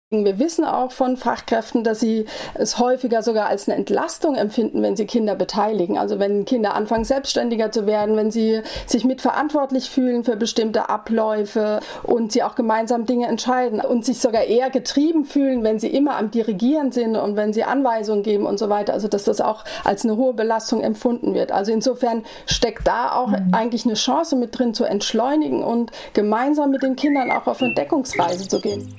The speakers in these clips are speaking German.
Wir wissen auch von Fachkräften, dass sie es häufiger sogar als eine Entlastung empfinden, wenn sie Kinder beteiligen. Also wenn Kinder anfangen, selbstständiger zu werden, wenn sie sich mitverantwortlich fühlen für bestimmte Abläufe und sie auch gemeinsam Dinge entscheiden und sich sogar eher getrieben fühlen, wenn sie immer am Dirigieren sind und wenn sie Anweisungen geben und so weiter. Also dass das auch als eine hohe Belastung empfunden wird. Also insofern steckt da auch eigentlich eine Chance mit drin zu entschleunigen und gemeinsam mit den Kindern auch auf Entdeckungsreise zu gehen.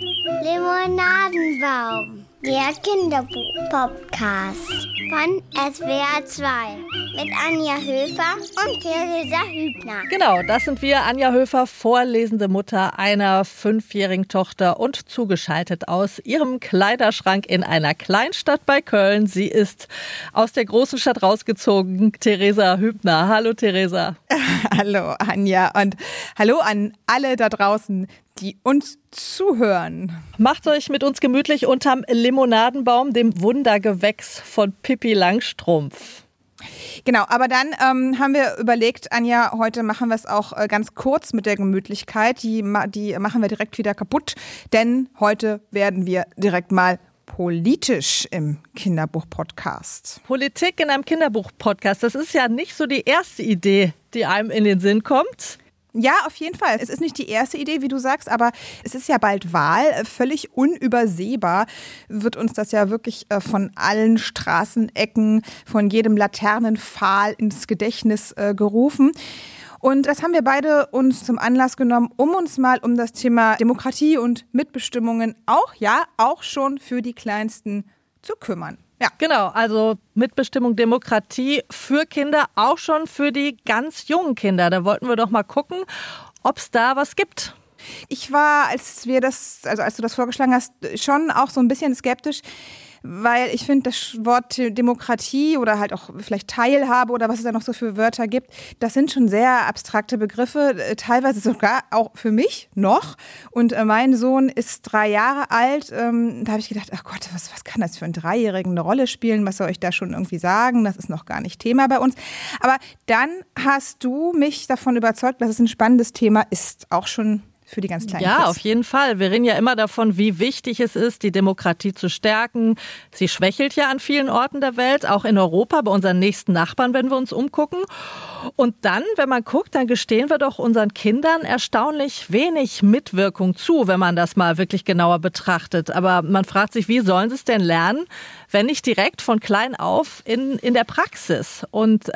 Limonadenbaum, der Kinderbuch-Podcast von SWR 2 mit Anja Höfer und Theresa Hübner. Genau, das sind wir, Anja Höfer, vorlesende Mutter einer 5-jährigen Tochter und zugeschaltet aus ihrem Kleiderschrank in einer Kleinstadt bei Köln. Sie ist aus der großen Stadt rausgezogen, Theresa Hübner. Hallo Theresa. Hallo Anja und hallo an alle da draußen, die uns zuhören. Macht euch mit uns gemütlich unterm Limonadenbaum, dem Wundergewächs von Pippi Langstrumpf. Genau, aber dann haben wir überlegt, Anja, heute machen wir es auch ganz kurz mit der Gemütlichkeit. Die machen wir direkt wieder kaputt, denn heute werden wir direkt mal politisch im Kinderbuch-Podcast. Politik in einem Kinderbuch-Podcast, das ist ja nicht so die erste Idee, die einem in den Sinn kommt. Ja, auf jeden Fall. Es ist nicht die erste Idee, wie du sagst, aber es ist ja bald Wahl. Völlig unübersehbar wird uns das ja wirklich von allen Straßenecken, von jedem Laternenpfahl ins Gedächtnis gerufen. Und das haben wir beide uns zum Anlass genommen, um uns mal um das Thema Demokratie und Mitbestimmungen auch schon für die Kleinsten zu kümmern. Ja. Genau, also Mitbestimmung, Demokratie für Kinder, auch schon für die ganz jungen Kinder. Da wollten wir doch mal gucken, ob es da was gibt. Ich war, als du das vorgeschlagen hast, schon auch so ein bisschen skeptisch, weil ich finde, das Wort Demokratie oder halt auch vielleicht Teilhabe oder was es da noch so für Wörter gibt, das sind schon sehr abstrakte Begriffe, teilweise sogar auch für mich noch. Und mein Sohn ist 3 Jahre alt. Da habe ich gedacht, ach Gott, was kann das für einen 3-Jährigen eine Rolle spielen? Was soll ich da schon irgendwie sagen? Das ist noch gar nicht Thema bei uns. Aber dann hast du mich davon überzeugt, dass es ein spannendes Thema ist, auch schon für die ganz kleinen Kids. Ja, auf jeden Fall. Wir reden ja immer davon, wie wichtig es ist, die Demokratie zu stärken. Sie schwächelt ja an vielen Orten der Welt, auch in Europa, bei unseren nächsten Nachbarn, wenn wir uns umgucken. Und dann, wenn man guckt, dann gestehen wir doch unseren Kindern erstaunlich wenig Mitwirkung zu, wenn man das mal wirklich genauer betrachtet. Aber man fragt sich, wie sollen sie es denn lernen, wenn nicht direkt von klein auf in der Praxis? Und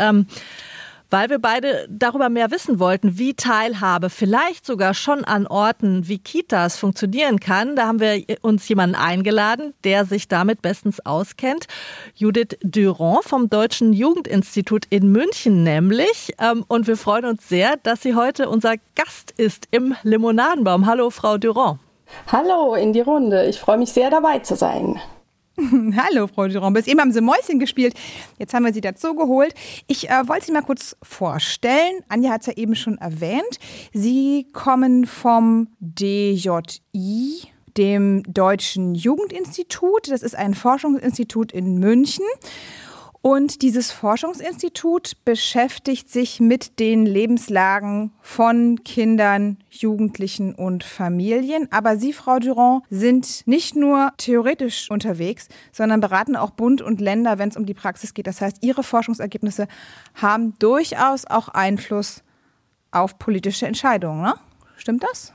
weil wir beide darüber mehr wissen wollten, wie Teilhabe vielleicht sogar schon an Orten wie Kitas funktionieren kann, da haben wir uns jemanden eingeladen, der sich damit bestens auskennt. Judith Durand vom Deutschen Jugendinstitut in München nämlich. Und wir freuen uns sehr, dass sie heute unser Gast ist im Limonadenbaum. Hallo, Frau Durand. Hallo in die Runde. Ich freue mich sehr, dabei zu sein. Hallo, Frau Durand. Bis eben haben Sie Mäuschen gespielt. Jetzt haben wir Sie dazu geholt. Ich wollte Sie mal kurz vorstellen. Anja hat es ja eben schon erwähnt. Sie kommen vom DJI, dem Deutschen Jugendinstitut. Das ist ein Forschungsinstitut in München. Und dieses Forschungsinstitut beschäftigt sich mit den Lebenslagen von Kindern, Jugendlichen und Familien. Aber Sie, Frau Durand, sind nicht nur theoretisch unterwegs, sondern beraten auch Bund und Länder, wenn es um die Praxis geht. Das heißt, Ihre Forschungsergebnisse haben durchaus auch Einfluss auf politische Entscheidungen, ne? Stimmt das?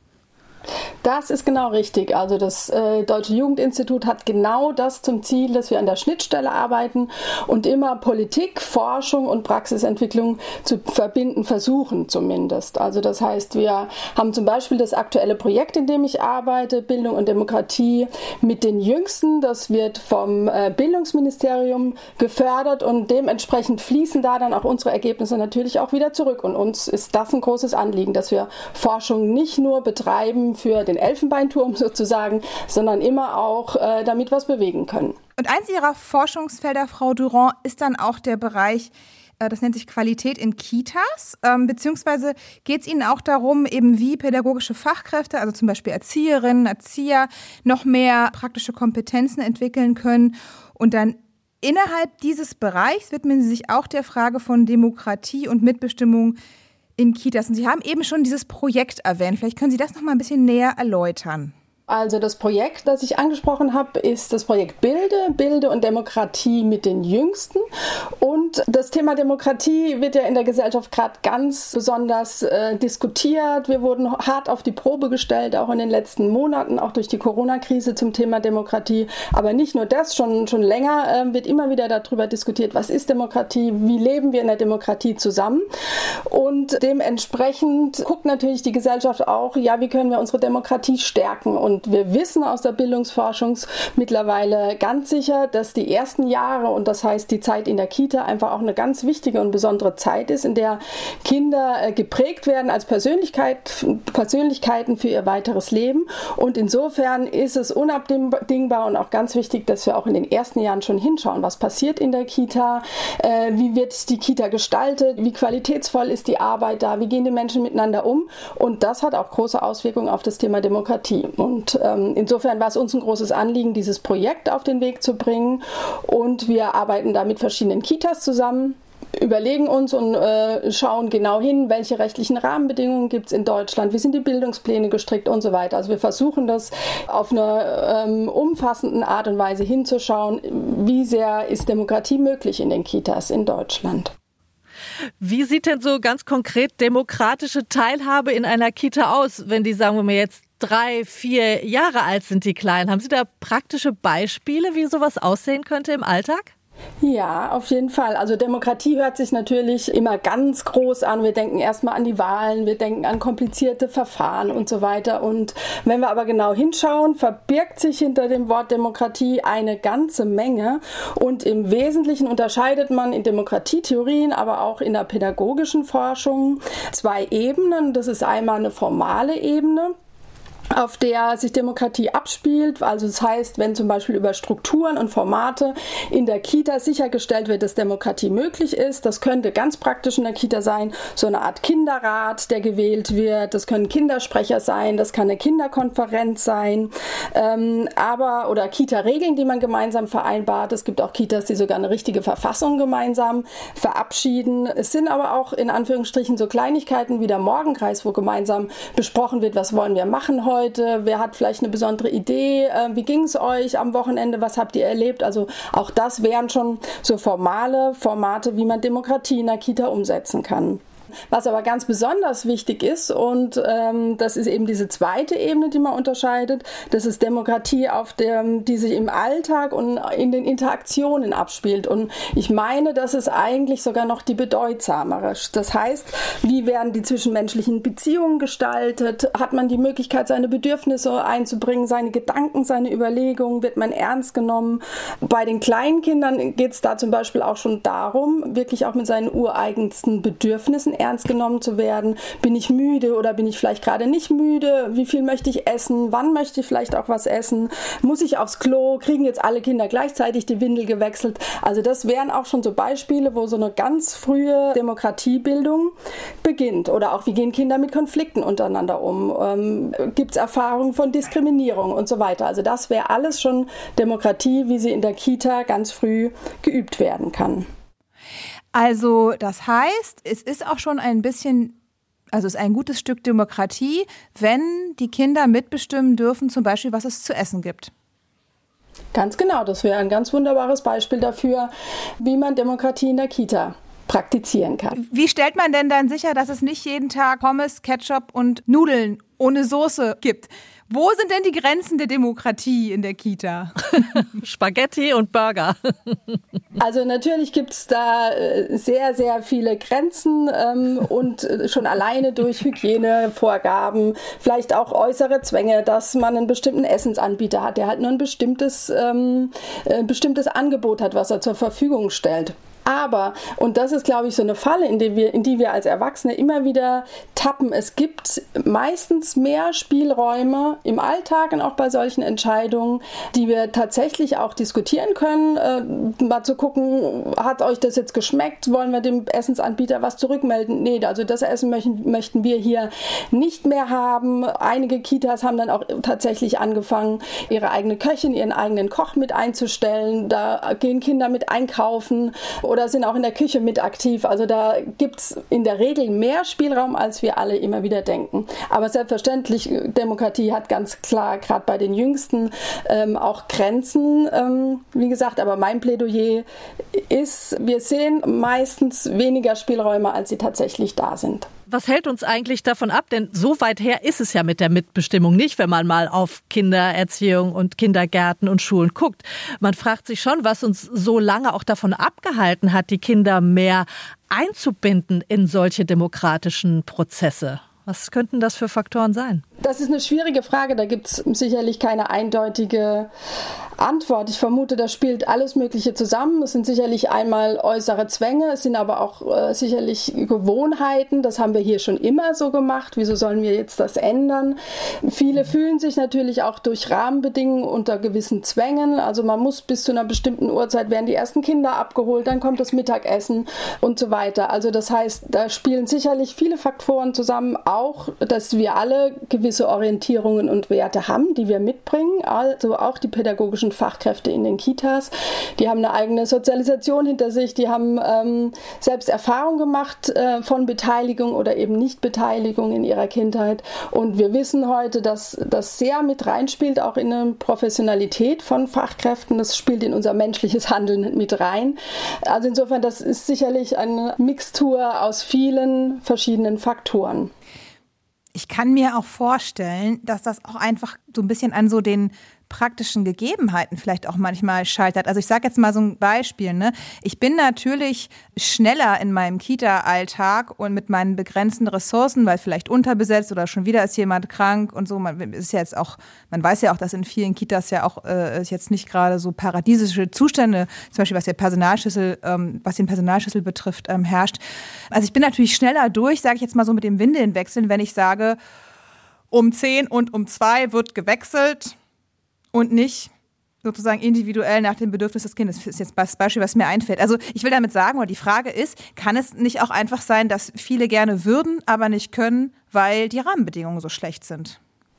Das ist genau richtig. Also das Deutsche Jugendinstitut hat genau das zum Ziel, dass wir an der Schnittstelle arbeiten und immer Politik, Forschung und Praxisentwicklung zu verbinden versuchen zumindest. Also das heißt, wir haben zum Beispiel das aktuelle Projekt, in dem ich arbeite, Bildung und Demokratie mit den Jüngsten. Das wird vom Bildungsministerium gefördert und dementsprechend fließen da dann auch unsere Ergebnisse natürlich auch wieder zurück. Und uns ist das ein großes Anliegen, dass wir Forschung nicht nur betreiben für den Elfenbeinturm sozusagen, sondern immer auch damit was bewegen können. Und eins Ihrer Forschungsfelder, Frau Durand, ist dann auch der Bereich, das nennt sich Qualität in Kitas, beziehungsweise geht es Ihnen auch darum, eben wie pädagogische Fachkräfte, also zum Beispiel Erzieherinnen, Erzieher, noch mehr praktische Kompetenzen entwickeln können und dann innerhalb dieses Bereichs widmen Sie sich auch der Frage von Demokratie und Mitbestimmung in Kitas. Und Sie haben eben schon dieses Projekt erwähnt. Vielleicht können Sie das noch mal ein bisschen näher erläutern. Also das Projekt, das ich angesprochen habe, ist das Projekt Bilde und Demokratie mit den Jüngsten. Und das Thema Demokratie wird ja in der Gesellschaft gerade ganz besonders diskutiert. Wir wurden hart auf die Probe gestellt, auch in den letzten Monaten, auch durch die Corona-Krise zum Thema Demokratie. Aber nicht nur das, schon länger wird immer wieder darüber diskutiert, was ist Demokratie, wie leben wir in der Demokratie zusammen. Und dementsprechend guckt natürlich die Gesellschaft auch, ja, wie können wir unsere Demokratie stärken. Und wir wissen aus der Bildungsforschung mittlerweile ganz sicher, dass die ersten Jahre, und das heißt die Zeit in der Kita, einfach auch eine ganz wichtige und besondere Zeit ist, in der Kinder geprägt werden als Persönlichkeiten für ihr weiteres Leben. Und insofern ist es unabdingbar und auch ganz wichtig, dass wir auch in den ersten Jahren schon hinschauen, was passiert in der Kita, wie wird die Kita gestaltet, wie qualitätsvoll ist die Arbeit da, wie gehen die Menschen miteinander um. Und das hat auch große Auswirkungen auf das Thema Demokratie. Und insofern war es uns ein großes Anliegen, dieses Projekt auf den Weg zu bringen. Und wir arbeiten da mit verschiedenen Kitas zusammen, überlegen uns und schauen genau hin, welche rechtlichen Rahmenbedingungen gibt es in Deutschland, wie sind die Bildungspläne gestrickt und so weiter. Also wir versuchen das auf einer umfassenden Art und Weise hinzuschauen, wie sehr ist Demokratie möglich in den Kitas in Deutschland. Wie sieht denn so ganz konkret demokratische Teilhabe in einer Kita aus, wenn die, sagen wir mal jetzt, 3, 4 Jahre alt sind, die Kleinen? Haben Sie da praktische Beispiele, wie sowas aussehen könnte im Alltag? Ja, auf jeden Fall. Also Demokratie hört sich natürlich immer ganz groß an. Wir denken erstmal an die Wahlen, wir denken an komplizierte Verfahren und so weiter. Und wenn wir aber genau hinschauen, verbirgt sich hinter dem Wort Demokratie eine ganze Menge. Und im Wesentlichen unterscheidet man in Demokratietheorien, aber auch in der pädagogischen Forschung 2 Ebenen. Das ist einmal eine formale Ebene, auf der sich Demokratie abspielt. Also das heißt, wenn zum Beispiel über Strukturen und Formate in der Kita sichergestellt wird, dass Demokratie möglich ist. Das könnte ganz praktisch in der Kita sein, so eine Art Kinderrat, der gewählt wird. Das können Kindersprecher sein, das kann eine Kinderkonferenz sein, oder Kita-Regeln, die man gemeinsam vereinbart. Es gibt auch Kitas, die sogar eine richtige Verfassung gemeinsam verabschieden. Es sind aber auch in Anführungsstrichen so Kleinigkeiten wie der Morgenkreis, wo gemeinsam besprochen wird, was wollen wir machen heute. Wer hat vielleicht eine besondere Idee? Wie ging es euch am Wochenende? Was habt ihr erlebt? Also auch das wären schon so formale Formate, wie man Demokratie in der Kita umsetzen kann. Was aber ganz besonders wichtig ist, und das ist eben diese zweite Ebene, die man unterscheidet, das ist Demokratie, die sich im Alltag und in den Interaktionen abspielt. Und ich meine, das ist eigentlich sogar noch die bedeutsamere. Das heißt, wie werden die zwischenmenschlichen Beziehungen gestaltet? Hat man die Möglichkeit, seine Bedürfnisse einzubringen, seine Gedanken, seine Überlegungen? Wird man ernst genommen? Bei den kleinen Kindern geht es da zum Beispiel auch schon darum, wirklich auch mit seinen ureigensten Bedürfnissen ernst genommen zu werden. Bin ich müde oder bin ich vielleicht gerade nicht müde? Wie viel möchte ich essen? Wann möchte ich vielleicht auch was essen? Muss ich aufs Klo? Kriegen jetzt alle Kinder gleichzeitig die Windel gewechselt? Also das wären auch schon so Beispiele, wo so eine ganz frühe Demokratiebildung beginnt. Oder auch, wie gehen Kinder mit Konflikten untereinander um? Gibt es Erfahrungen von Diskriminierung und so weiter? Also das wäre alles schon Demokratie, wie sie in der Kita ganz früh geübt werden kann. Also das heißt, es ist auch schon ein bisschen, also es ist ein gutes Stück Demokratie, wenn die Kinder mitbestimmen dürfen, zum Beispiel, was es zu essen gibt. Ganz genau, das wäre ein ganz wunderbares Beispiel dafür, wie man Demokratie in der Kita praktizieren kann. Wie stellt man denn dann sicher, dass es nicht jeden Tag Pommes, Ketchup und Nudeln ohne Soße gibt? Wo sind denn die Grenzen der Demokratie in der Kita? Spaghetti und Burger. Also natürlich gibt es da sehr, sehr viele Grenzen und schon alleine durch Hygienevorgaben, vielleicht auch äußere Zwänge, dass man einen bestimmten Essensanbieter hat, der halt nur ein bestimmtes Angebot hat, was er zur Verfügung stellt. Aber, und das ist, glaube ich, so eine Falle, in die wir als Erwachsene immer wieder tappen, es gibt meistens mehr Spielräume im Alltag und auch bei solchen Entscheidungen, die wir tatsächlich auch diskutieren können, mal zu gucken, hat euch das jetzt geschmeckt, wollen wir dem Essensanbieter was zurückmelden? Nee, also das Essen möchten wir hier nicht mehr haben. Einige Kitas haben dann auch tatsächlich angefangen, ihre eigene Köchin, ihren eigenen Koch mit einzustellen, da gehen Kinder mit einkaufen oder sind auch in der Küche mit aktiv. Also da gibt es in der Regel mehr Spielraum, als wir alle immer wieder denken. Aber selbstverständlich, Demokratie hat ganz klar, gerade bei den Jüngsten, auch Grenzen, wie gesagt. Aber mein Plädoyer ist, wir sehen meistens weniger Spielräume, als sie tatsächlich da sind. Was hält uns eigentlich davon ab? Denn so weit her ist es ja mit der Mitbestimmung nicht, wenn man mal auf Kindererziehung und Kindergärten und Schulen guckt. Man fragt sich schon, was uns so lange auch davon abgehalten hat, die Kinder mehr einzubinden in solche demokratischen Prozesse. Was könnten das für Faktoren sein? Das ist eine schwierige Frage, da gibt es sicherlich keine eindeutige Antwort. Ich vermute, da spielt alles Mögliche zusammen. Es sind sicherlich einmal äußere Zwänge, es sind aber auch sicherlich Gewohnheiten. Das haben wir hier schon immer so gemacht. Wieso sollen wir jetzt das ändern? Viele fühlen sich natürlich auch durch Rahmenbedingungen unter gewissen Zwängen. Also man muss bis zu einer bestimmten Uhrzeit werden die ersten Kinder abgeholt, dann kommt das Mittagessen und so weiter. Also das heißt, da spielen sicherlich viele Faktoren zusammen, auch, dass wir alle gewisse Orientierungen und Werte haben, die wir mitbringen, also auch die pädagogischen Fachkräfte in den Kitas. Die haben eine eigene Sozialisation hinter sich, die haben selbst Erfahrung gemacht von Beteiligung oder eben Nichtbeteiligung in ihrer Kindheit. Und wir wissen heute, dass das sehr mit reinspielt, auch in eine Professionalität von Fachkräften. Das spielt in unser menschliches Handeln mit rein. Also insofern, das ist sicherlich eine Mixtur aus vielen verschiedenen Faktoren. Ich kann mir auch vorstellen, dass das auch einfach so ein bisschen an so den praktischen Gegebenheiten vielleicht auch manchmal scheitert. Also ich sage jetzt mal so ein Beispiel, ne? Ich bin natürlich schneller in meinem Kita-Alltag und mit meinen begrenzten Ressourcen, weil vielleicht unterbesetzt oder schon wieder ist jemand krank und so. Man weiß ja auch, dass in vielen Kitas ja auch jetzt nicht gerade so paradiesische Zustände, zum Beispiel was den Personalschlüssel betrifft, herrscht. Also ich bin natürlich schneller durch, sage ich jetzt mal so mit dem Windelnwechseln, wenn ich sage, um 10 und um 2 wird gewechselt. Und nicht sozusagen individuell nach dem Bedürfnis des Kindes. Das ist jetzt das Beispiel, was mir einfällt. Also ich will damit sagen, oder die Frage ist, kann es nicht auch einfach sein, dass viele gerne würden, aber nicht können, weil die Rahmenbedingungen so schlecht sind?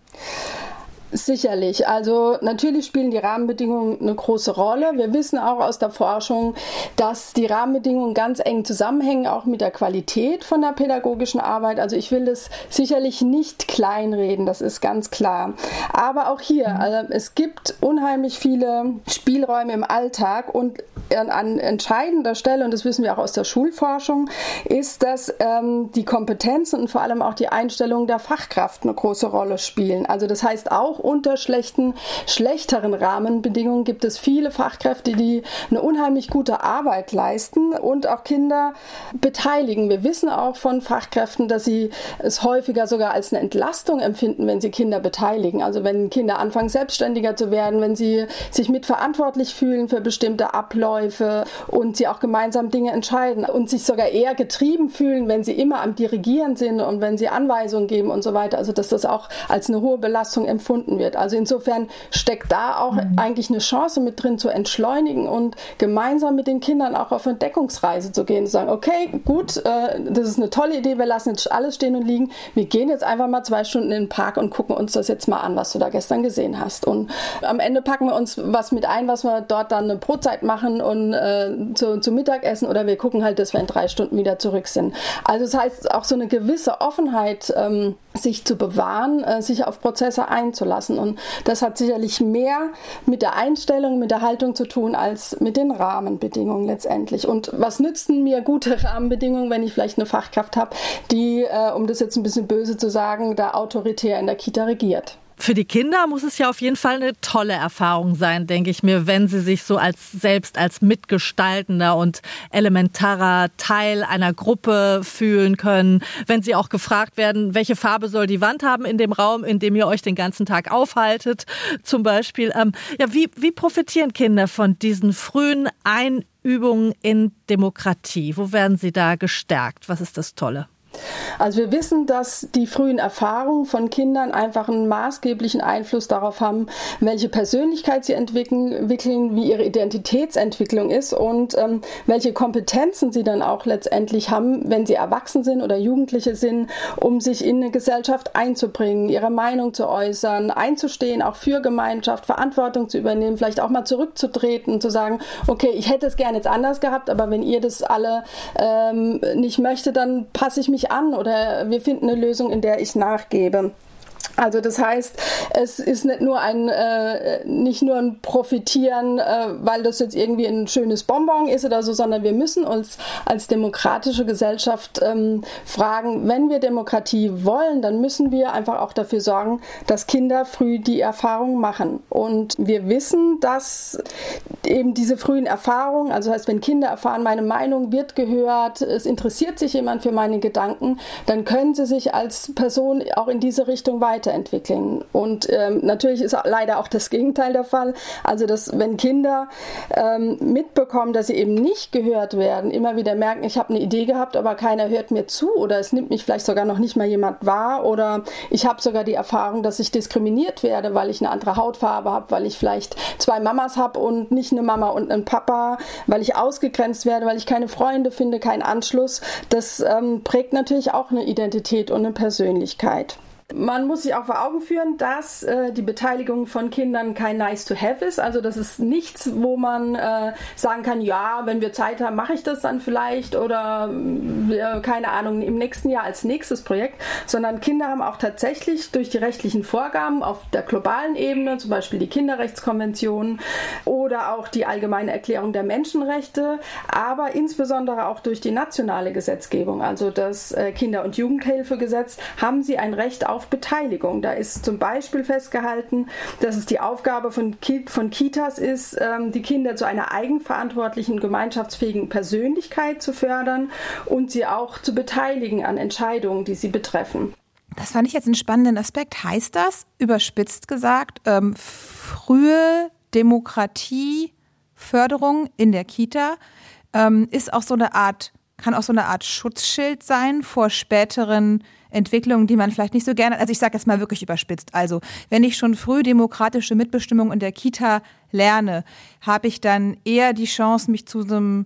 Sicherlich. Also natürlich spielen die Rahmenbedingungen eine große Rolle. Wir wissen auch aus der Forschung, dass die Rahmenbedingungen ganz eng zusammenhängen, auch mit der Qualität von der pädagogischen Arbeit. Also ich will das sicherlich nicht kleinreden, das ist ganz klar. Aber auch hier, also es gibt unheimlich viele Spielräume im Alltag und an entscheidender Stelle, und das wissen wir auch aus der Schulforschung, ist, dass die Kompetenzen und vor allem auch die Einstellung der Fachkraft eine große Rolle spielen. Also das heißt auch, unter schlechteren Rahmenbedingungen gibt es viele Fachkräfte, die eine unheimlich gute Arbeit leisten und auch Kinder beteiligen. Wir wissen auch von Fachkräften, dass sie es häufiger sogar als eine Entlastung empfinden, wenn sie Kinder beteiligen. Also wenn Kinder anfangen, selbstständiger zu werden, wenn sie sich mitverantwortlich fühlen für bestimmte Abläufe und sie auch gemeinsam Dinge entscheiden und sich sogar eher getrieben fühlen, wenn sie immer am Dirigieren sind und wenn sie Anweisungen geben und so weiter. Also dass das auch als eine hohe Belastung empfunden wird. Also insofern steckt da auch eigentlich eine Chance mit drin, zu entschleunigen und gemeinsam mit den Kindern auch auf Entdeckungsreise zu gehen. Zu sagen, okay, gut, das ist eine tolle Idee, wir lassen jetzt alles stehen und liegen. Wir gehen jetzt einfach mal 2 Stunden in den Park und gucken uns das jetzt mal an, was du da gestern gesehen hast. Und am Ende packen wir uns was mit ein, was wir dort dann eine Brotzeit machen und zu Mittagessen, oder wir gucken halt, dass wir in 3 Stunden wieder zurück sind. Also das heißt, auch so eine gewisse Offenheit, sich zu bewahren, sich auf Prozesse einzulassen. Und das hat sicherlich mehr mit der Einstellung, mit der Haltung zu tun, als mit den Rahmenbedingungen letztendlich. Und was nützen mir gute Rahmenbedingungen, wenn ich vielleicht eine Fachkraft habe, die, um das jetzt ein bisschen böse zu sagen, da autoritär in der Kita regiert? Für die Kinder muss es ja auf jeden Fall eine tolle Erfahrung sein, denke ich mir, wenn sie sich so selbst als mitgestaltender und elementarer Teil einer Gruppe fühlen können, wenn sie auch gefragt werden, welche Farbe soll die Wand haben in dem Raum, in dem ihr euch den ganzen Tag aufhaltet, zum Beispiel. Wie profitieren Kinder von diesen frühen Einübungen in Demokratie? Wo werden sie da gestärkt? Was ist das Tolle? Also wir wissen, dass die frühen Erfahrungen von Kindern einfach einen maßgeblichen Einfluss darauf haben, welche Persönlichkeit sie entwickeln, wie ihre Identitätsentwicklung ist und welche Kompetenzen sie dann auch letztendlich haben, wenn sie erwachsen sind oder Jugendliche sind, um sich in eine Gesellschaft einzubringen, ihre Meinung zu äußern, einzustehen, auch für Gemeinschaft, Verantwortung zu übernehmen, vielleicht auch mal zurückzutreten und zu sagen, okay, ich hätte es gerne jetzt anders gehabt, aber wenn ihr das alle nicht möchtet, dann passe ich mich an oder wir finden eine Lösung, in der ich nachgebe. Also das heißt, es ist nicht nur ein Profitieren, weil das jetzt irgendwie ein schönes Bonbon ist oder so, sondern wir müssen uns als demokratische Gesellschaft fragen, wenn wir Demokratie wollen, dann müssen wir einfach auch dafür sorgen, dass Kinder früh die Erfahrung machen. Und wir wissen, dass eben diese frühen Erfahrungen, also das heißt, wenn Kinder erfahren, meine Meinung wird gehört, es interessiert sich jemand für meine Gedanken, dann können sie sich als Person auch in diese Richtung weiterentwickeln. Und natürlich ist leider auch das Gegenteil der Fall. Also, dass wenn Kinder mitbekommen, dass sie eben nicht gehört werden, immer wieder merken, ich habe eine Idee gehabt, aber keiner hört mir zu oder es nimmt mich vielleicht sogar noch nicht mal jemand wahr oder ich habe sogar die Erfahrung, dass ich diskriminiert werde, weil ich eine andere Hautfarbe habe, weil ich vielleicht 2 Mamas habe und nicht eine Mama und einen Papa, weil ich ausgegrenzt werde, weil ich keine Freunde finde, keinen Anschluss. Das prägt natürlich auch eine Identität und eine Persönlichkeit. Man muss sich auch vor Augen führen, dass die Beteiligung von Kindern kein nice to have ist. Also das ist nichts, wo man sagen kann, ja, wenn wir Zeit haben, mache ich das dann vielleicht oder keine Ahnung, im nächsten Jahr als nächstes Projekt, sondern Kinder haben auch tatsächlich durch die rechtlichen Vorgaben auf der globalen Ebene, zum Beispiel die Kinderrechtskonvention oder auch die Allgemeine Erklärung der Menschenrechte, aber insbesondere auch durch die nationale Gesetzgebung, also das Kinder- und Jugendhilfegesetz, haben sie ein Recht auf Beteiligung. Da ist zum Beispiel festgehalten, dass es die Aufgabe von Kitas ist, die Kinder zu einer eigenverantwortlichen, gemeinschaftsfähigen Persönlichkeit zu fördern und sie auch zu beteiligen an Entscheidungen, die sie betreffen. Das fand ich jetzt einen spannenden Aspekt. Heißt das, überspitzt gesagt, frühe Demokratieförderung in der Kita ist auch kann auch so eine Art Schutzschild sein vor späteren Entwicklungen, die man vielleicht nicht so gerne, also ich sage jetzt mal wirklich überspitzt, also wenn ich schon früh demokratische Mitbestimmung in der Kita lerne, habe ich dann eher die Chance, mich zu einem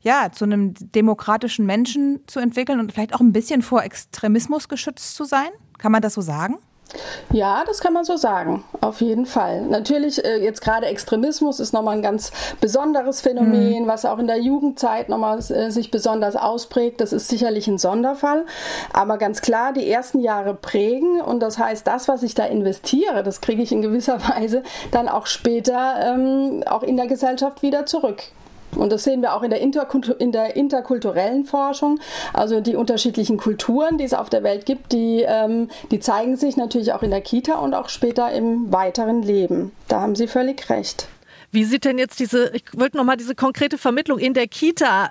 demokratischen Menschen zu entwickeln und vielleicht auch ein bisschen vor Extremismus geschützt zu sein? Kann man das so sagen? Ja, das kann man so sagen, auf jeden Fall. Natürlich, jetzt gerade Extremismus ist nochmal ein ganz besonderes Phänomen, was auch in der Jugendzeit nochmal sich besonders ausprägt. Das ist sicherlich ein Sonderfall, aber ganz klar, die ersten Jahre prägen und das heißt, das, was ich da investiere, das kriege ich in gewisser Weise dann auch später auch in der Gesellschaft wieder zurück. Und das sehen wir auch in der interkulturellen Forschung. Also die unterschiedlichen Kulturen, die es auf der Welt gibt, die zeigen sich natürlich auch in der Kita und auch später im weiteren Leben. Da haben Sie völlig recht. Wie sieht denn jetzt ich wollte nochmal diese konkrete Vermittlung in der Kita,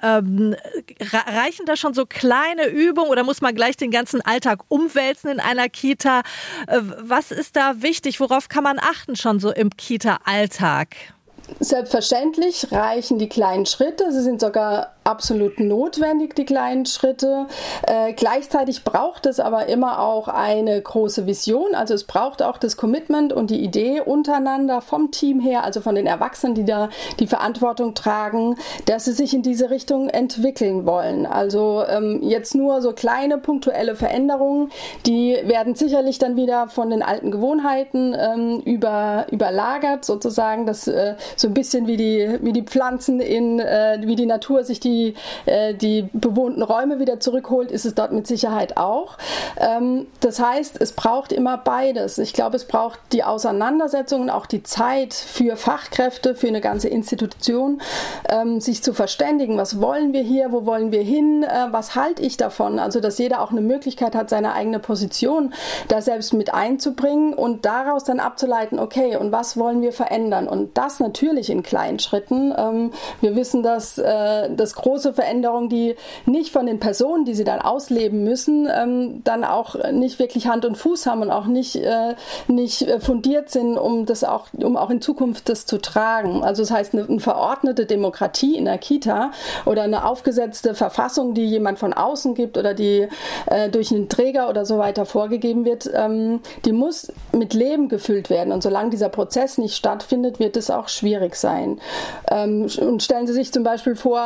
reichen da schon so kleine Übungen oder muss man gleich den ganzen Alltag umwälzen in einer Kita? Was ist da wichtig? Worauf kann man achten schon so im Kita-Alltag? Selbstverständlich reichen die kleinen Schritte. Sie sind sogar absolut notwendig, die kleinen Schritte. Gleichzeitig braucht es aber immer auch eine große Vision. Also es braucht auch das Commitment und die Idee untereinander vom Team her, also von den Erwachsenen, die da die Verantwortung tragen, dass sie sich in diese Richtung entwickeln wollen. Also jetzt nur so kleine punktuelle Veränderungen, die werden sicherlich dann wieder von den alten Gewohnheiten überlagert, sozusagen, dass so ein bisschen wie die Pflanzen wie die Natur sich die bewohnten Räume wieder zurückholt, ist es dort mit Sicherheit auch. Das heißt, es braucht immer beides. Ich glaube, es braucht die Auseinandersetzung und auch die Zeit für Fachkräfte, für eine ganze Institution, sich zu verständigen. Was wollen wir hier? Wo wollen wir hin? Was halte ich davon? Also, dass jeder auch eine Möglichkeit hat, seine eigene Position da selbst mit einzubringen und daraus dann abzuleiten, okay, und was wollen wir verändern? Und das natürlich in kleinen Schritten. Wir wissen, dass das große Veränderungen, die nicht von den Personen, die sie dann ausleben müssen, dann auch nicht wirklich Hand und Fuß haben und auch nicht fundiert sind, um auch in Zukunft das zu tragen. Also das heißt, eine verordnete Demokratie in der Kita oder eine aufgesetzte Verfassung, die jemand von außen gibt oder die durch einen Träger oder so weiter vorgegeben wird, die muss mit Leben gefüllt werden. Und solange dieser Prozess nicht stattfindet, wird es auch schwierig sein. Und stellen Sie sich zum Beispiel vor,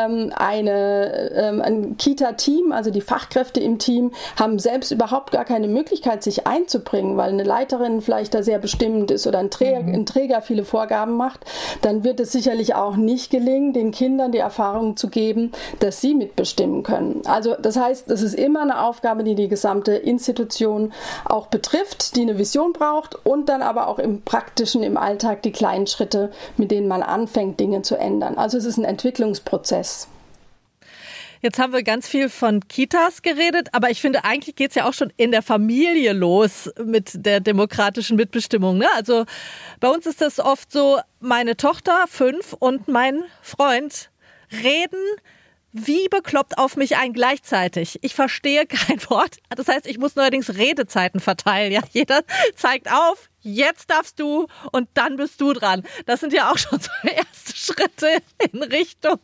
ein Kita-Team, also die Fachkräfte im Team, haben selbst überhaupt gar keine Möglichkeit, sich einzubringen, weil eine Leiterin vielleicht da sehr bestimmend ist oder ein Träger viele Vorgaben macht. Dann wird es sicherlich auch nicht gelingen, den Kindern die Erfahrung zu geben, dass sie mitbestimmen können. Also das heißt, es ist immer eine Aufgabe, die die gesamte Institution auch betrifft, die eine Vision braucht und dann aber auch im Praktischen, im Alltag die kleinen Schritte, mit denen man anfängt, Dinge zu ändern. Also es ist ein Entwicklungsprozess. Jetzt haben wir ganz viel von Kitas geredet, aber ich finde, eigentlich geht es ja auch schon in der Familie los mit der demokratischen Mitbestimmung, ne? Also bei uns ist das oft so, meine Tochter 5 und mein Freund reden wie bekloppt auf mich ein gleichzeitig. Ich verstehe kein Wort. Das heißt, ich muss neuerdings Redezeiten verteilen. Ja, jeder zeigt auf, jetzt darfst du und dann bist du dran. Das sind ja auch schon so erste Schritte in Richtung,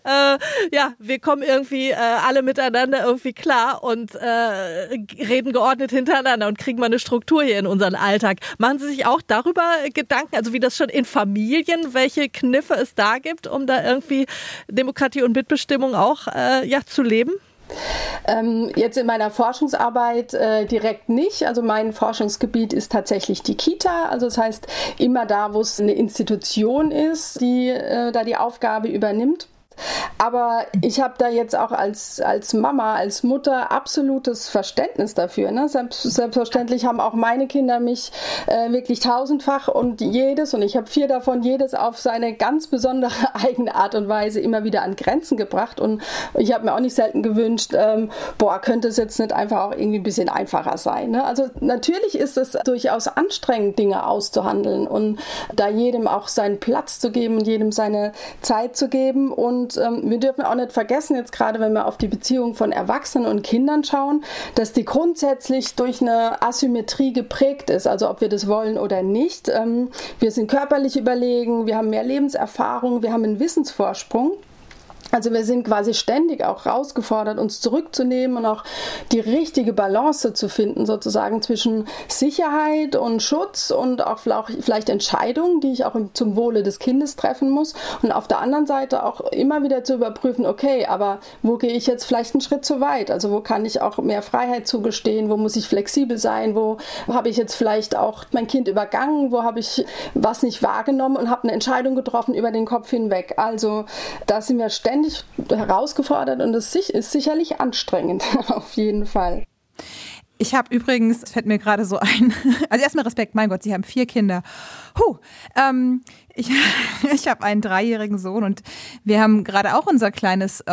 wir kommen irgendwie alle miteinander irgendwie klar und reden geordnet hintereinander und kriegen mal eine Struktur hier in unseren Alltag. Machen Sie sich auch darüber Gedanken, also wie das schon in Familien, welche Kniffe es da gibt, um da irgendwie Demokratie und Mitbestimmung auch zu leben? Jetzt in meiner Forschungsarbeit direkt nicht. Also mein Forschungsgebiet ist tatsächlich die Kita. Also das heißt, immer da, wo es eine Institution ist, die da die Aufgabe übernimmt. Aber ich habe da jetzt auch als Mama, als Mutter absolutes Verständnis dafür. Ne? Selbstverständlich haben auch meine Kinder mich wirklich tausendfach und ich habe 4 davon, jedes auf seine ganz besondere eigene Art und Weise immer wieder an Grenzen gebracht. Und ich habe mir auch nicht selten gewünscht, könnte es jetzt nicht einfach auch irgendwie ein bisschen einfacher sein. Ne? Also natürlich ist es durchaus anstrengend, Dinge auszuhandeln und da jedem auch seinen Platz zu geben und jedem seine Zeit zu geben. Und wir dürfen auch nicht vergessen, jetzt gerade wenn wir auf die Beziehung von Erwachsenen und Kindern schauen, dass die grundsätzlich durch eine Asymmetrie geprägt ist, also ob wir das wollen oder nicht. Wir sind körperlich überlegen, wir haben mehr Lebenserfahrung, wir haben einen Wissensvorsprung. Also wir sind quasi ständig auch herausgefordert, uns zurückzunehmen und auch die richtige Balance zu finden, sozusagen zwischen Sicherheit und Schutz und auch vielleicht Entscheidungen, die ich auch zum Wohle des Kindes treffen muss. Und auf der anderen Seite auch immer wieder zu überprüfen, okay, aber wo gehe ich jetzt vielleicht einen Schritt zu weit? Also wo kann ich auch mehr Freiheit zugestehen? Wo muss ich flexibel sein? Wo habe ich jetzt vielleicht auch mein Kind übergangen? Wo habe ich was nicht wahrgenommen und habe eine Entscheidung getroffen über den Kopf hinweg? Also da sind wir ständig herausgefordert und es ist sicherlich anstrengend, auf jeden Fall. Ich habe übrigens, es fällt mir gerade so ein, also erstmal Respekt, mein Gott, Sie haben 4 Kinder. Ich habe einen 3-jährigen Sohn und wir haben gerade auch unser kleines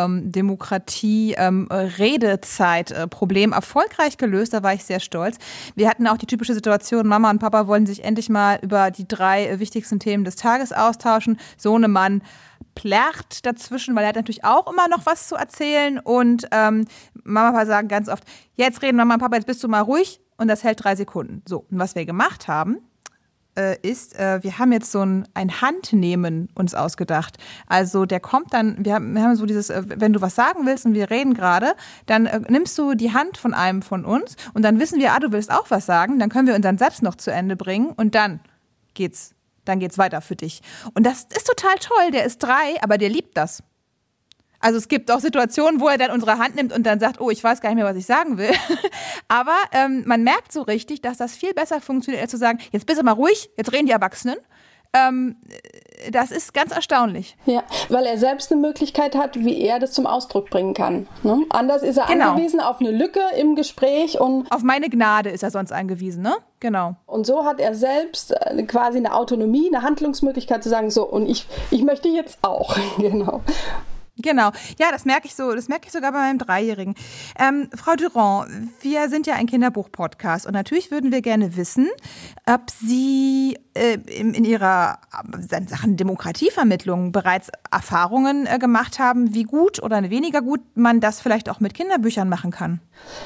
Demokratie-Redezeit-Problem erfolgreich gelöst, da war ich sehr stolz. Wir hatten auch die typische Situation, Mama und Papa wollen sich endlich mal über die 3 wichtigsten Themen des Tages austauschen. Sohnemann plärrt dazwischen, weil er hat natürlich auch immer noch was zu erzählen und Mama und Papa sagen ganz oft, jetzt reden Mama und Papa, jetzt bist du mal ruhig und das hält 3 Sekunden. So, und was wir gemacht haben, wir haben jetzt so ein Handnehmen uns ausgedacht. Also der kommt dann, wir haben so dieses, wenn du was sagen willst und wir reden gerade, dann nimmst du die Hand von einem von uns und dann wissen wir, du willst auch was sagen, dann können wir unseren Satz noch zu Ende bringen und dann geht's weiter für dich. Und das ist total toll, der ist 3, aber der liebt das. Also es gibt auch Situationen, wo er dann unsere Hand nimmt und dann sagt, oh, ich weiß gar nicht mehr, was ich sagen will. Aber man merkt so richtig, dass das viel besser funktioniert, als zu sagen, jetzt bist du mal ruhig, jetzt reden die Erwachsenen. Das ist ganz erstaunlich. Ja, weil er selbst eine Möglichkeit hat, wie er das zum Ausdruck bringen kann. Ne? Anders ist er angewiesen auf eine Lücke im Gespräch. Und auf meine Gnade ist er sonst angewiesen, ne? Genau. Und so hat er selbst quasi eine Autonomie, eine Handlungsmöglichkeit zu sagen, so, und ich möchte jetzt auch. Genau. Genau. Ja, das merke ich sogar bei meinem Dreijährigen. Frau Durand, wir sind ja ein Kinderbuch-Podcast und natürlich würden wir gerne wissen, ob Sie in Ihrer Sachen Demokratievermittlung bereits Erfahrungen gemacht haben, wie gut oder weniger gut man das vielleicht auch mit Kinderbüchern machen kann.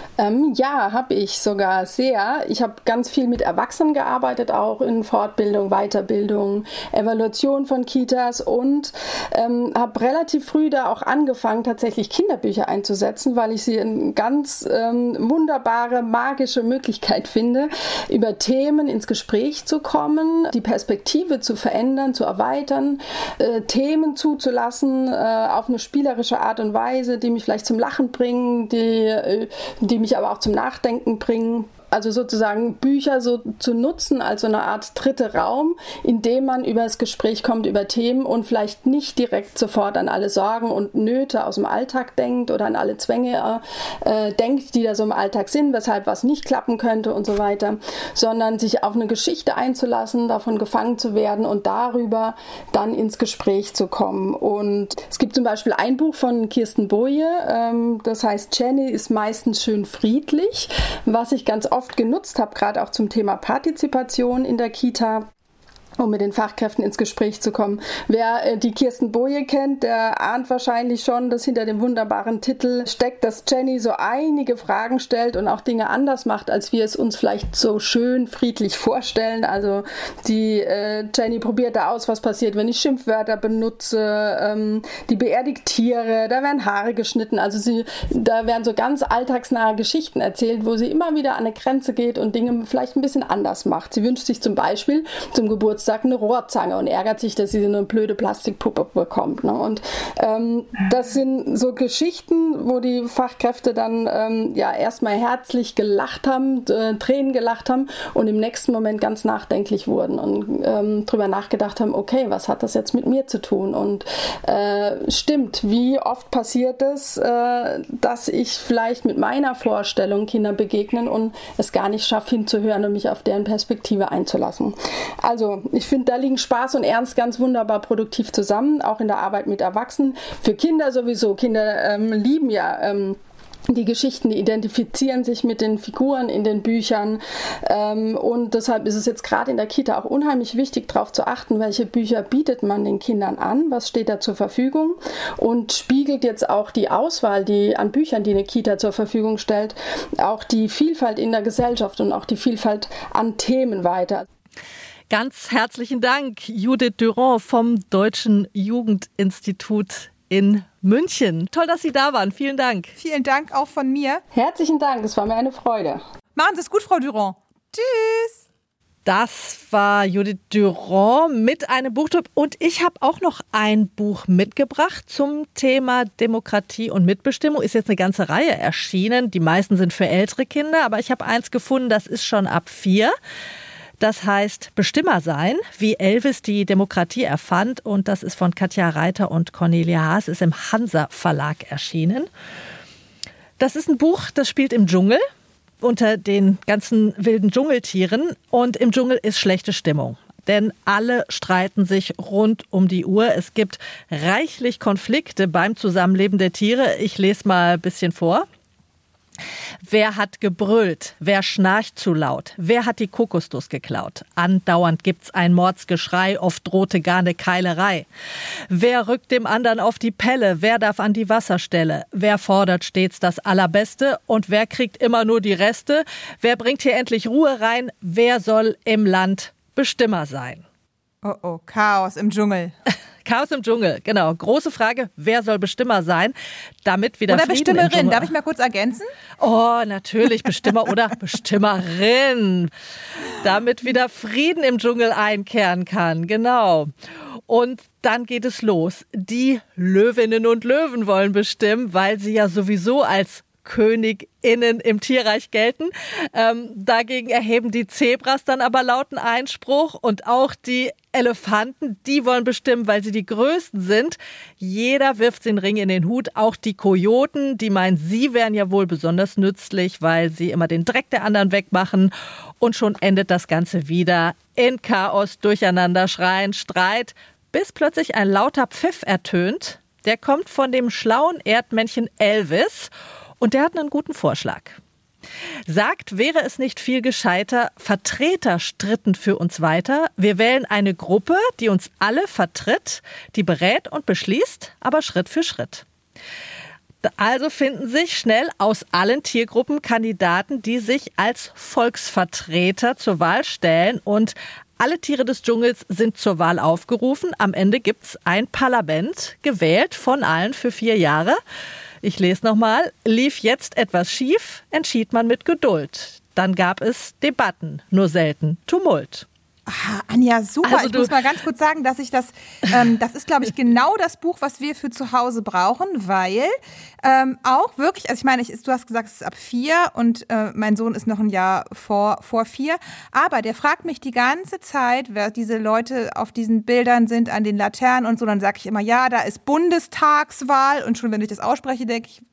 Ja, habe ich sogar sehr. Ich habe ganz viel mit Erwachsenen gearbeitet, auch in Fortbildung, Weiterbildung, Evaluation von Kitas und habe relativ früh da auch angefangen, tatsächlich Kinderbücher einzusetzen, weil ich sie eine ganz wunderbare, magische Möglichkeit finde, über Themen ins Gespräch zu kommen, die Perspektive zu verändern, zu erweitern, Themen zuzulassen auf eine spielerische Art und Weise, die mich vielleicht zum Lachen bringen, die mich aber auch zum Nachdenken bringen. Also sozusagen Bücher so zu nutzen als so eine Art dritter Raum, in dem man über das Gespräch kommt, über Themen und vielleicht nicht direkt sofort an alle Sorgen und Nöte aus dem Alltag denkt oder an alle Zwänge denkt, die da so im Alltag sind, weshalb was nicht klappen könnte und so weiter, sondern sich auf eine Geschichte einzulassen, davon gefangen zu werden und darüber dann ins Gespräch zu kommen. Und es gibt zum Beispiel ein Buch von Kirsten Boje, das heißt Jenny ist meistens schön friedlich, was ich ganz oft genutzt habe, gerade auch zum Thema Partizipation in der Kita, um mit den Fachkräften ins Gespräch zu kommen. Wer die Kirsten Boje kennt, der ahnt wahrscheinlich schon, dass hinter dem wunderbaren Titel steckt, dass Jenny so einige Fragen stellt und auch Dinge anders macht, als wir es uns vielleicht so schön friedlich vorstellen. Also die Jenny probiert da aus, was passiert, wenn ich Schimpfwörter benutze, die beerdigt Tiere, da werden Haare geschnitten. Also da werden so ganz alltagsnahe Geschichten erzählt, wo sie immer wieder an eine Grenze geht und Dinge vielleicht ein bisschen anders macht. Sie wünscht sich zum Beispiel zum Geburtstag eine Rohrzange und ärgert sich, dass sie so eine blöde Plastikpuppe bekommt. Ne? Und das sind so Geschichten, wo die Fachkräfte dann erstmal herzlich gelacht haben, Tränen gelacht haben und im nächsten Moment ganz nachdenklich wurden und drüber nachgedacht haben, okay, was hat das jetzt mit mir zu tun? Und stimmt, wie oft passiert es, dass ich vielleicht mit meiner Vorstellung Kindern begegnen und es gar nicht schaffe, hinzuhören und mich auf deren Perspektive einzulassen. Also ich finde, da liegen Spaß und Ernst ganz wunderbar produktiv zusammen, auch in der Arbeit mit Erwachsenen. Für Kinder sowieso. Kinder lieben ja die Geschichten, die identifizieren sich mit den Figuren in den Büchern und deshalb ist es jetzt gerade in der Kita auch unheimlich wichtig, darauf zu achten, welche Bücher bietet man den Kindern an, was steht da zur Verfügung und spiegelt jetzt auch die Auswahl an Büchern, die eine Kita zur Verfügung stellt, auch die Vielfalt in der Gesellschaft und auch die Vielfalt an Themen weiter. Ganz herzlichen Dank, Judith Durand vom Deutschen Jugendinstitut in München. Toll, dass Sie da waren. Vielen Dank. Vielen Dank auch von mir. Herzlichen Dank, es war mir eine Freude. Machen Sie es gut, Frau Durand. Tschüss. Das war Judith Durand mit einem Buchtipp und ich habe auch noch ein Buch mitgebracht zum Thema Demokratie und Mitbestimmung. Ist jetzt eine ganze Reihe erschienen. Die meisten sind für ältere Kinder, aber ich habe eins gefunden, das ist schon ab 4. Das heißt Bestimmer sein, wie Elvis die Demokratie erfand. Und das ist von Katja Reiter und Cornelia Haas, ist im Hansa Verlag erschienen. Das ist ein Buch, das spielt im Dschungel unter den ganzen wilden Dschungeltieren. Und im Dschungel ist schlechte Stimmung. Denn alle streiten sich rund um die Uhr. Es gibt reichlich Konflikte beim Zusammenleben der Tiere. Ich lese mal ein bisschen vor. Wer hat gebrüllt? Wer schnarcht zu laut? Wer hat die Kokosnuss geklaut? Andauernd gibt's ein Mordsgeschrei, oft drohte gar eine Keilerei. Wer rückt dem anderen auf die Pelle? Wer darf an die Wasserstelle? Wer fordert stets das Allerbeste? Und wer kriegt immer nur die Reste? Wer bringt hier endlich Ruhe rein? Wer soll im Land Bestimmer sein? Oh, Chaos im Dschungel. Chaos im Dschungel, genau. Große Frage, wer soll Bestimmer sein, damit wieder oder Frieden Bestimmerin, darf ich mal kurz ergänzen? Oh, natürlich, Bestimmer oder Bestimmerin, damit wieder Frieden im Dschungel einkehren kann, genau. Und dann geht es los. Die Löwinnen und Löwen wollen bestimmen, weil sie ja sowieso als KönigInnen im Tierreich gelten. Dagegen erheben die Zebras dann aber lauten Einspruch und auch die Elefanten, die wollen bestimmen, weil sie die Größten sind. Jeder wirft den Ring in den Hut, auch die Kojoten, die meinen, sie wären ja wohl besonders nützlich, weil sie immer den Dreck der anderen wegmachen. Und schon endet das Ganze wieder in Chaos, Durcheinander, Schreien, Streit, bis plötzlich ein lauter Pfiff ertönt. Der kommt von dem schlauen Erdmännchen Elvis und der hat einen guten Vorschlag. Sagt, wäre es nicht viel gescheiter, Vertreter stritten für uns weiter. Wir wählen eine Gruppe, die uns alle vertritt, die berät und beschließt, aber Schritt für Schritt. Also finden sich schnell aus allen Tiergruppen Kandidaten, die sich als Volksvertreter zur Wahl stellen. Und alle Tiere des Dschungels sind zur Wahl aufgerufen. Am Ende gibt's ein Parlament, gewählt von allen für 4 Jahre. Ich lese nochmal. Lief jetzt etwas schief, entschied man mit Geduld. Dann gab es Debatten, nur selten Tumult. Ah, Anja, super. Also ich muss mal ganz kurz sagen, dass ich das ist, glaube ich, genau das Buch, was wir für zu Hause brauchen, weil auch wirklich, also ich meine, du hast gesagt, es ist ab 4 und mein Sohn ist noch ein Jahr vor 4, aber der fragt mich die ganze Zeit, wer diese Leute auf diesen Bildern sind, an den Laternen und so, dann sage ich immer, ja, da ist Bundestagswahl und schon wenn ich das ausspreche, denke ich,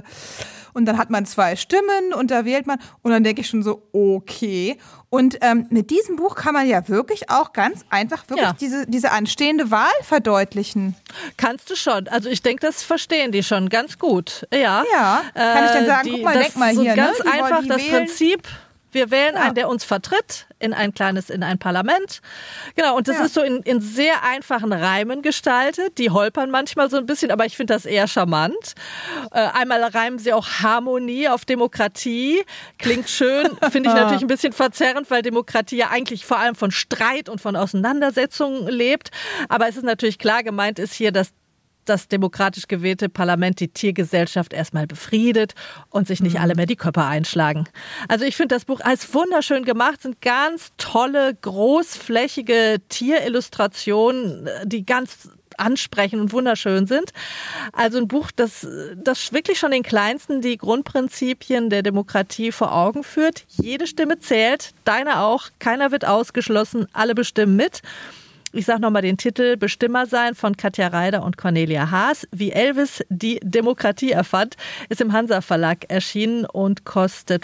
und dann hat man 2 Stimmen und da wählt man und dann denke ich schon so, okay. Und mit diesem Buch kann man ja wirklich auch ganz einfach wirklich diese anstehende Wahl verdeutlichen. Kannst du schon. Also ich denke, das verstehen die schon ganz gut. Ja. Kann ich dann sagen, guck mal, denk mal hier. Ganz ne? einfach das wählen. Prinzip. Wir wählen einen, der uns vertritt, in ein Parlament. Genau, und das ist so in sehr einfachen Reimen gestaltet. Die holpern manchmal so ein bisschen, aber ich finde das eher charmant. Einmal reimen sie auch Harmonie auf Demokratie. Klingt schön, finde ich natürlich ein bisschen verzerrend, weil Demokratie ja eigentlich vor allem von Streit und von Auseinandersetzungen lebt. Aber es ist natürlich klar, gemeint ist hier, dass das demokratisch gewählte Parlament die Tiergesellschaft erstmal befriedet und sich nicht alle mehr die Köpfe einschlagen. Also ich finde das Buch als wunderschön gemacht, sind ganz tolle, großflächige Tierillustrationen, die ganz ansprechend und wunderschön sind. Also ein Buch, das wirklich schon den Kleinsten die Grundprinzipien der Demokratie vor Augen führt. Jede Stimme zählt, deine auch, keiner wird ausgeschlossen, alle bestimmen mit. Ich sage nochmal den Titel Bestimmer sein von Katja Reider und Cornelia Haas. Wie Elvis die Demokratie erfand, ist im Hansa Verlag erschienen und kostet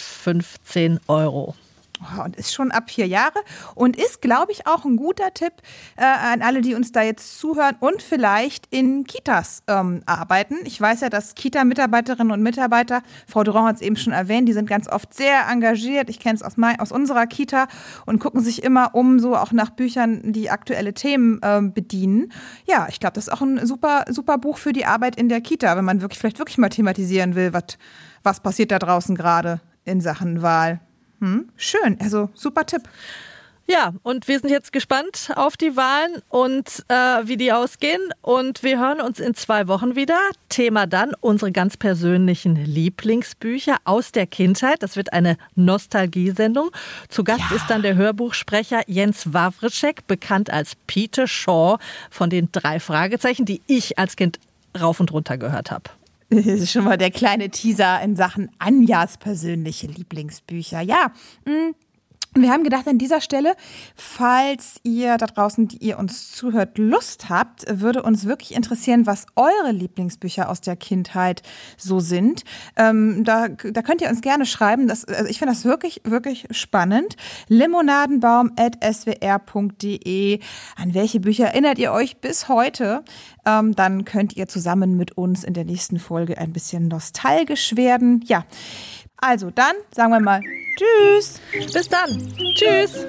15 €. Und ist schon ab 4 Jahre und ist, glaube ich, auch ein guter Tipp an alle, die uns da jetzt zuhören und vielleicht in Kitas arbeiten. Ich weiß ja, dass Kita-Mitarbeiterinnen und Mitarbeiter, Frau Durand hat es eben schon erwähnt, die sind ganz oft sehr engagiert. Ich kenne es aus unserer Kita und gucken sich immer so auch nach Büchern, die aktuelle Themen bedienen. Ja, ich glaube, das ist auch ein super, super Buch für die Arbeit in der Kita, wenn man vielleicht wirklich mal thematisieren will, was passiert da draußen gerade in Sachen Wahl. Schön, also super Tipp. Ja, und wir sind jetzt gespannt auf die Wahlen und wie die ausgehen. Und wir hören uns in 2 Wochen wieder. Thema dann unsere ganz persönlichen Lieblingsbücher aus der Kindheit. Das wird eine Nostalgiesendung. Zu Gast ist dann der Hörbuchsprecher Jens Wawrczyk, bekannt als Peter Shaw von den 3 Fragezeichen, die ich als Kind rauf und runter gehört habe. Das ist schon mal der kleine Teaser in Sachen Anjas persönliche Lieblingsbücher. Ja, wir haben gedacht an dieser Stelle, falls ihr da draußen, die ihr uns zuhört, Lust habt, würde uns wirklich interessieren, was eure Lieblingsbücher aus der Kindheit so sind. Da könnt ihr uns gerne schreiben. Also ich finde das wirklich, wirklich spannend. limonadenbaum@swr.de. An welche Bücher erinnert ihr euch bis heute? Dann könnt ihr zusammen mit uns in der nächsten Folge ein bisschen nostalgisch werden. Ja, also dann sagen wir mal Tschüss. Bis dann. Tschüss.